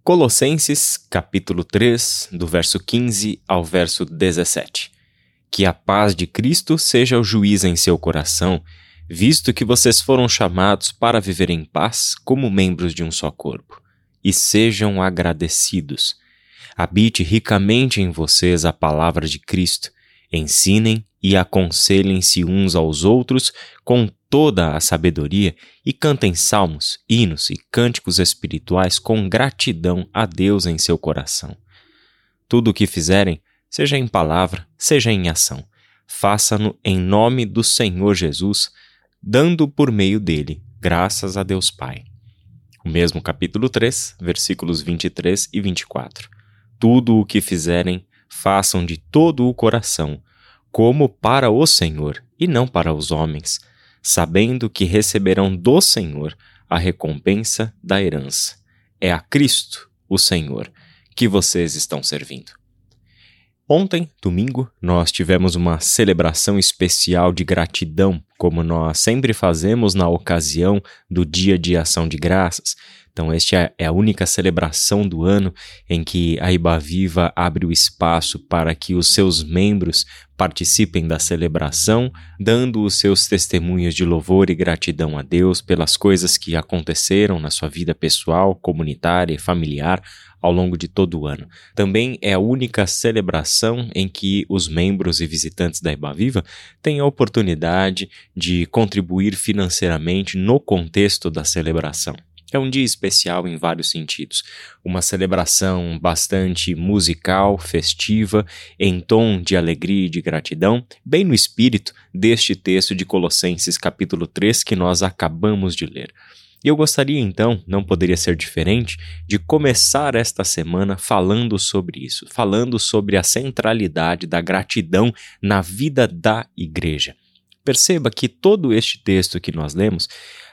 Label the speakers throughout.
Speaker 1: Colossenses, capítulo 3, do verso 15 ao verso 17. Que a paz de Cristo seja o juiz em seu coração, visto que vocês foram chamados para viver em paz como membros de um só corpo. E sejam agradecidos. Habite ricamente em vocês a palavra de Cristo. Ensinem e aconselhem-se uns aos outros com toda a sabedoria e cantem salmos, hinos e cânticos espirituais com gratidão a Deus em seu coração. Tudo o que fizerem, seja em palavra, seja em ação, faça-no em nome do Senhor Jesus, dando por meio dele graças a Deus Pai. O mesmo capítulo 3, versículos 23 e 24. Tudo o que fizerem, façam de todo o coração, como para o Senhor e não para os homens, sabendo que receberão do Senhor a recompensa da herança. É a Cristo, o Senhor, que vocês estão servindo. Ontem, domingo, nós tivemos uma celebração especial de gratidão, como nós sempre fazemos na ocasião do Dia de Ação de Graças. Então, esta é a única celebração do ano em que a Ibaviva abre o espaço para que os seus membros participem da celebração, dando os seus testemunhos de louvor e gratidão a Deus pelas coisas que aconteceram na sua vida pessoal, comunitária e familiar ao longo de todo o ano. Também é a única celebração em que os membros e visitantes da Ibaviva têm a oportunidade de contribuir financeiramente no contexto da celebração. É um dia especial em vários sentidos. Uma celebração bastante musical, festiva, em tom de alegria e de gratidão, bem no espírito deste texto de Colossenses capítulo 3 que nós acabamos de ler. E eu gostaria então, não poderia ser diferente, de começar esta semana falando sobre isso, falando sobre a centralidade da gratidão na vida da igreja. Perceba que todo este texto que nós lemos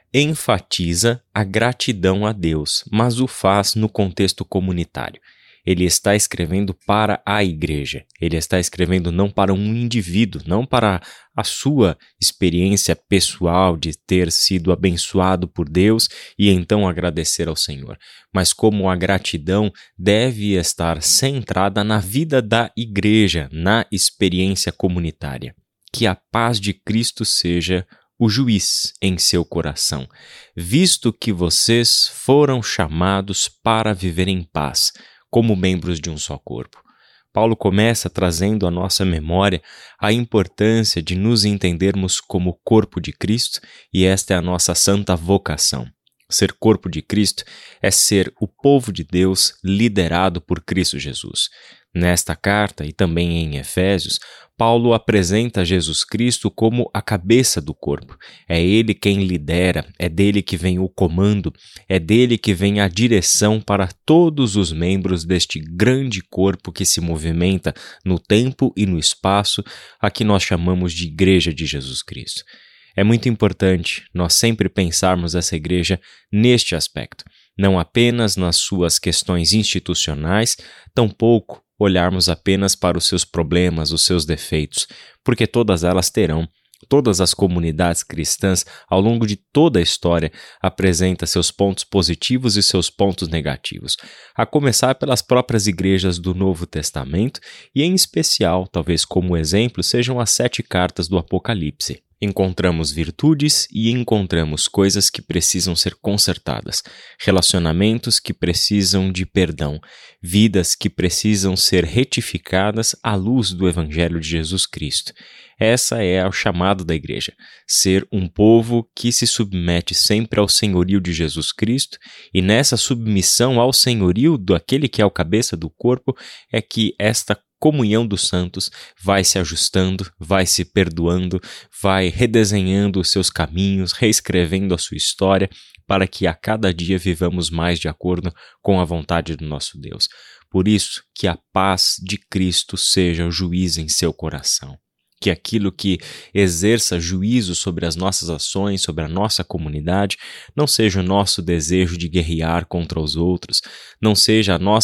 Speaker 1: enfatiza a gratidão a Deus, mas o faz no contexto comunitário. Ele está escrevendo para a igreja, ele está escrevendo não para um indivíduo, não para a sua experiência pessoal de ter sido abençoado por Deus e então agradecer ao Senhor, mas como a gratidão deve estar centrada na vida da igreja, na experiência comunitária. Que a paz de Cristo seja o juiz em seu coração, visto que vocês foram chamados para viver em paz, como membros de um só corpo. Paulo começa trazendo à nossa memória a importância de nos entendermos como corpo de Cristo, e esta é a nossa santa vocação. Ser corpo de Cristo é ser o povo de Deus liderado por Cristo Jesus. Nesta carta e também em Efésios, Paulo apresenta Jesus Cristo como a cabeça do corpo. É ele quem lidera, é dele que vem o comando, é dele que vem a direção para todos os membros deste grande corpo que se movimenta no tempo e no espaço, a que nós chamamos de Igreja de Jesus Cristo. É muito importante nós sempre pensarmos essa igreja neste aspecto, não apenas nas suas questões institucionais, tampouco olharmos apenas para os seus problemas, os seus defeitos, porque todas elas terão. Todas as comunidades cristãs, ao longo de toda a história, apresentam seus pontos positivos e seus pontos negativos, a começar pelas próprias igrejas do Novo Testamento e, em especial, talvez como exemplo, sejam as 7 cartas do Apocalipse. Encontramos virtudes e encontramos coisas que precisam ser consertadas, relacionamentos que precisam de perdão, vidas que precisam ser retificadas à luz do Evangelho de Jesus Cristo. Essa é o chamado da igreja, ser um povo que se submete sempre ao senhorio de Jesus Cristo, e nessa submissão ao senhorio daquele que é o cabeça do corpo é que esta comunhão dos santos vai se ajustando, vai se perdoando, vai redesenhando os seus caminhos, reescrevendo a sua história, para que a cada dia vivamos mais de acordo com a vontade do nosso Deus. Por isso, que a paz de Cristo seja o juiz em seu coração. Que aquilo que exerça juízo sobre as nossas ações, sobre a nossa comunidade, não seja o nosso desejo de guerrear contra os outros, não seja a nossa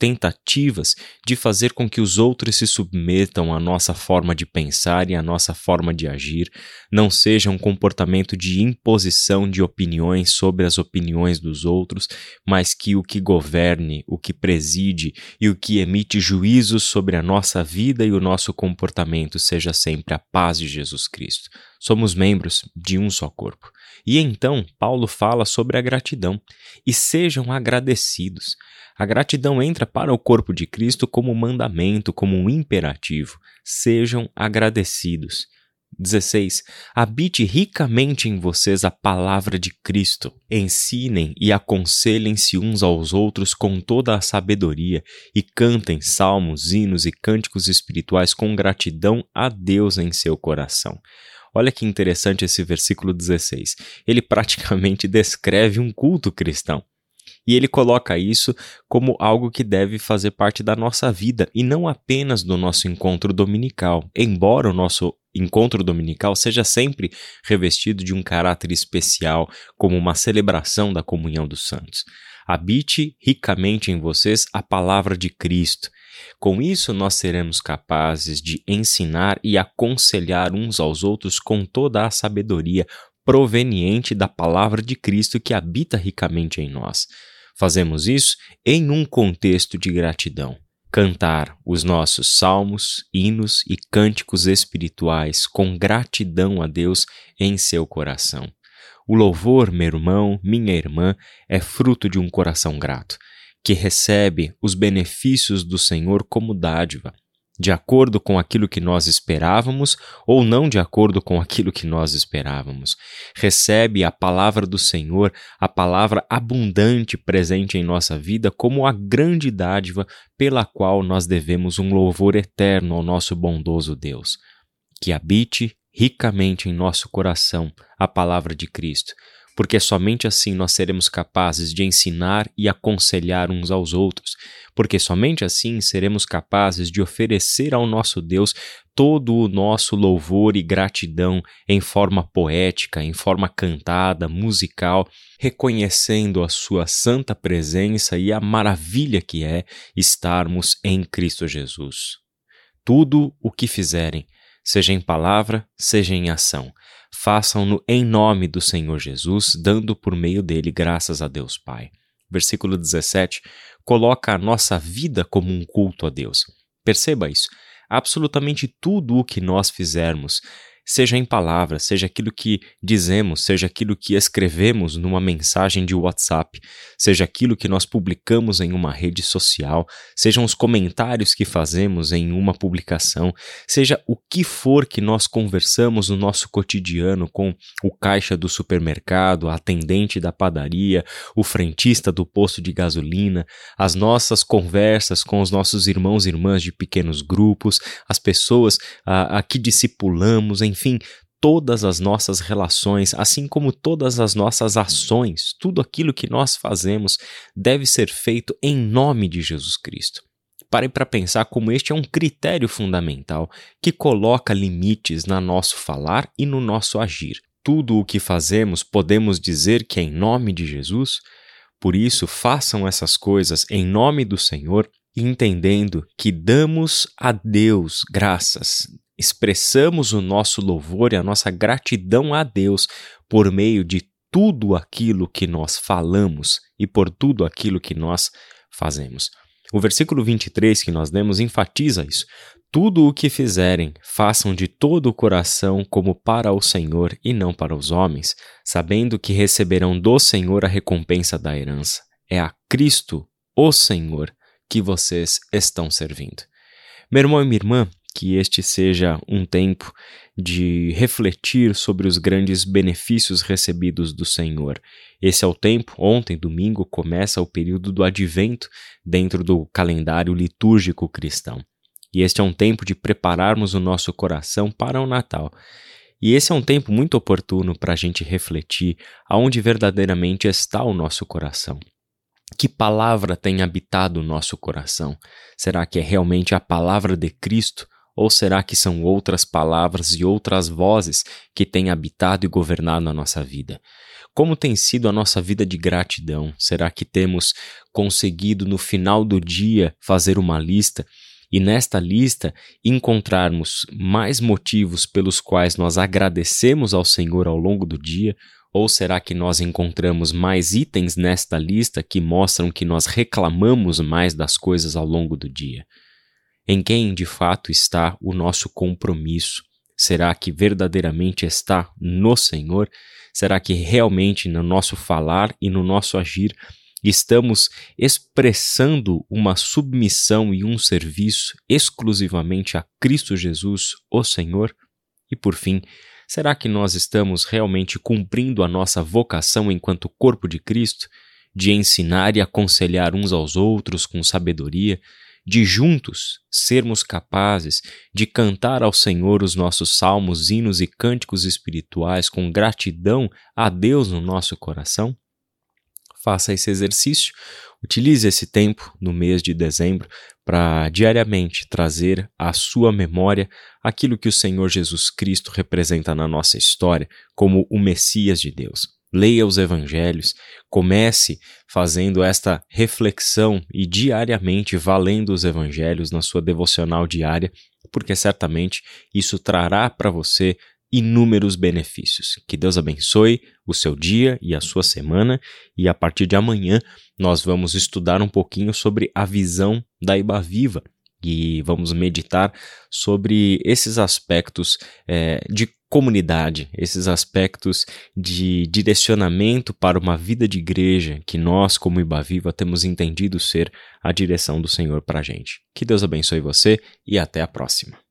Speaker 1: tentativas de fazer com que os outros se submetam à nossa forma de pensar e à nossa forma de agir, não seja um comportamento de imposição de opiniões sobre as opiniões dos outros, mas que o que governe, o que preside e o que emite juízos sobre a nossa vida e o nosso comportamento seja sempre a paz de Jesus Cristo. Somos membros de um só corpo. E então, Paulo fala sobre a gratidão. E sejam agradecidos. A gratidão entra para o corpo de Cristo como mandamento, como um imperativo. Sejam agradecidos. 16. Habite ricamente em vocês a palavra de Cristo. Ensinem e aconselhem-se uns aos outros com toda a sabedoria e cantem salmos, hinos e cânticos espirituais com gratidão a Deus em seu coração. Olha que interessante esse versículo 16. Ele praticamente descreve um culto cristão. E ele coloca isso como algo que deve fazer parte da nossa vida e não apenas do nosso encontro dominical. Embora o nosso encontro dominical seja sempre revestido de um caráter especial, como uma celebração da comunhão dos santos. Habite ricamente em vocês a palavra de Cristo. Com isso, nós seremos capazes de ensinar e aconselhar uns aos outros com toda a sabedoria proveniente da palavra de Cristo que habita ricamente em nós. Fazemos isso em um contexto de gratidão. Cantar os nossos salmos, hinos e cânticos espirituais com gratidão a Deus em seu coração. O louvor, meu irmão, minha irmã, é fruto de um coração grato, que recebe os benefícios do Senhor como dádiva, de acordo com aquilo que nós esperávamos ou não de acordo com aquilo que nós esperávamos. Recebe a palavra do Senhor, a palavra abundante presente em nossa vida, como a grande dádiva pela qual nós devemos um louvor eterno ao nosso bondoso Deus. Que habite ricamente em nosso coração a palavra de Cristo, porque somente assim nós seremos capazes de ensinar e aconselhar uns aos outros, porque somente assim seremos capazes de oferecer ao nosso Deus todo o nosso louvor e gratidão em forma poética, em forma cantada, musical, reconhecendo a sua santa presença e a maravilha que é estarmos em Cristo Jesus. Tudo o que fizerem, seja em palavra, seja em ação, façam-no em nome do Senhor Jesus, dando por meio dele graças a Deus Pai. Versículo 17 coloca a nossa vida como um culto a Deus. Perceba isso. Absolutamente tudo o que nós fizermos, seja em palavras, seja aquilo que dizemos, seja aquilo que escrevemos numa mensagem de WhatsApp, seja aquilo que nós publicamos em uma rede social, sejam os comentários que fazemos em uma publicação, seja o que for que nós conversamos no nosso cotidiano com o caixa do supermercado, a atendente da padaria, o frentista do posto de gasolina, as nossas conversas com os nossos irmãos e irmãs de pequenos grupos, as pessoas a que discipulamos, enfim, todas as nossas relações, assim como todas as nossas ações, tudo aquilo que nós fazemos deve ser feito em nome de Jesus Cristo. Parem para pensar como este é um critério fundamental que coloca limites no nosso falar e no nosso agir. Tudo o que fazemos podemos dizer que é em nome de Jesus? Por isso, façam essas coisas em nome do Senhor, entendendo que damos a Deus graças, expressamos o nosso louvor e a nossa gratidão a Deus por meio de tudo aquilo que nós falamos e por tudo aquilo que nós fazemos. O versículo 23 que nós lemos enfatiza isso. Tudo o que fizerem, façam de todo o coração como para o Senhor e não para os homens, sabendo que receberão do Senhor a recompensa da herança. É a Cristo, o Senhor, que vocês estão servindo. Meu irmão e minha irmã, que este seja um tempo de refletir sobre os grandes benefícios recebidos do Senhor. Esse é o tempo, ontem, domingo, começa o período do Advento dentro do calendário litúrgico cristão. E este é um tempo de prepararmos o nosso coração para o Natal. E esse é um tempo muito oportuno para a gente refletir aonde verdadeiramente está o nosso coração. Que palavra tem habitado o nosso coração? Será que é realmente a palavra de Cristo? Ou será que são outras palavras e outras vozes que têm habitado e governado a nossa vida? Como tem sido a nossa vida de gratidão? Será que temos conseguido no final do dia fazer uma lista e nesta lista encontrarmos mais motivos pelos quais nós agradecemos ao Senhor ao longo do dia? Ou será que nós encontramos mais itens nesta lista que mostram que nós reclamamos mais das coisas ao longo do dia? Em quem de fato está o nosso compromisso? Será que verdadeiramente está no Senhor? Será que realmente no nosso falar e no nosso agir estamos expressando uma submissão e um serviço exclusivamente a Cristo Jesus, o Senhor? E por fim, será que nós estamos realmente cumprindo a nossa vocação enquanto corpo de Cristo, de ensinar e aconselhar uns aos outros com sabedoria, de juntos sermos capazes de cantar ao Senhor os nossos salmos, hinos e cânticos espirituais com gratidão a Deus no nosso coração? Faça esse exercício, utilize esse tempo no mês de dezembro para diariamente trazer à sua memória aquilo que o Senhor Jesus Cristo representa na nossa história como o Messias de Deus. Leia os evangelhos, comece fazendo esta reflexão e diariamente vá lendo os evangelhos na sua devocional diária, porque certamente isso trará para você inúmeros benefícios. Que Deus abençoe o seu dia e a sua semana, e a partir de amanhã nós vamos estudar um pouquinho sobre a visão da Iba Viva e vamos meditar sobre esses aspectos de comunidade, esses aspectos de direcionamento para uma vida de igreja que nós, como Iba Viva, temos entendido ser a direção do Senhor para a gente. Que Deus abençoe você e até a próxima.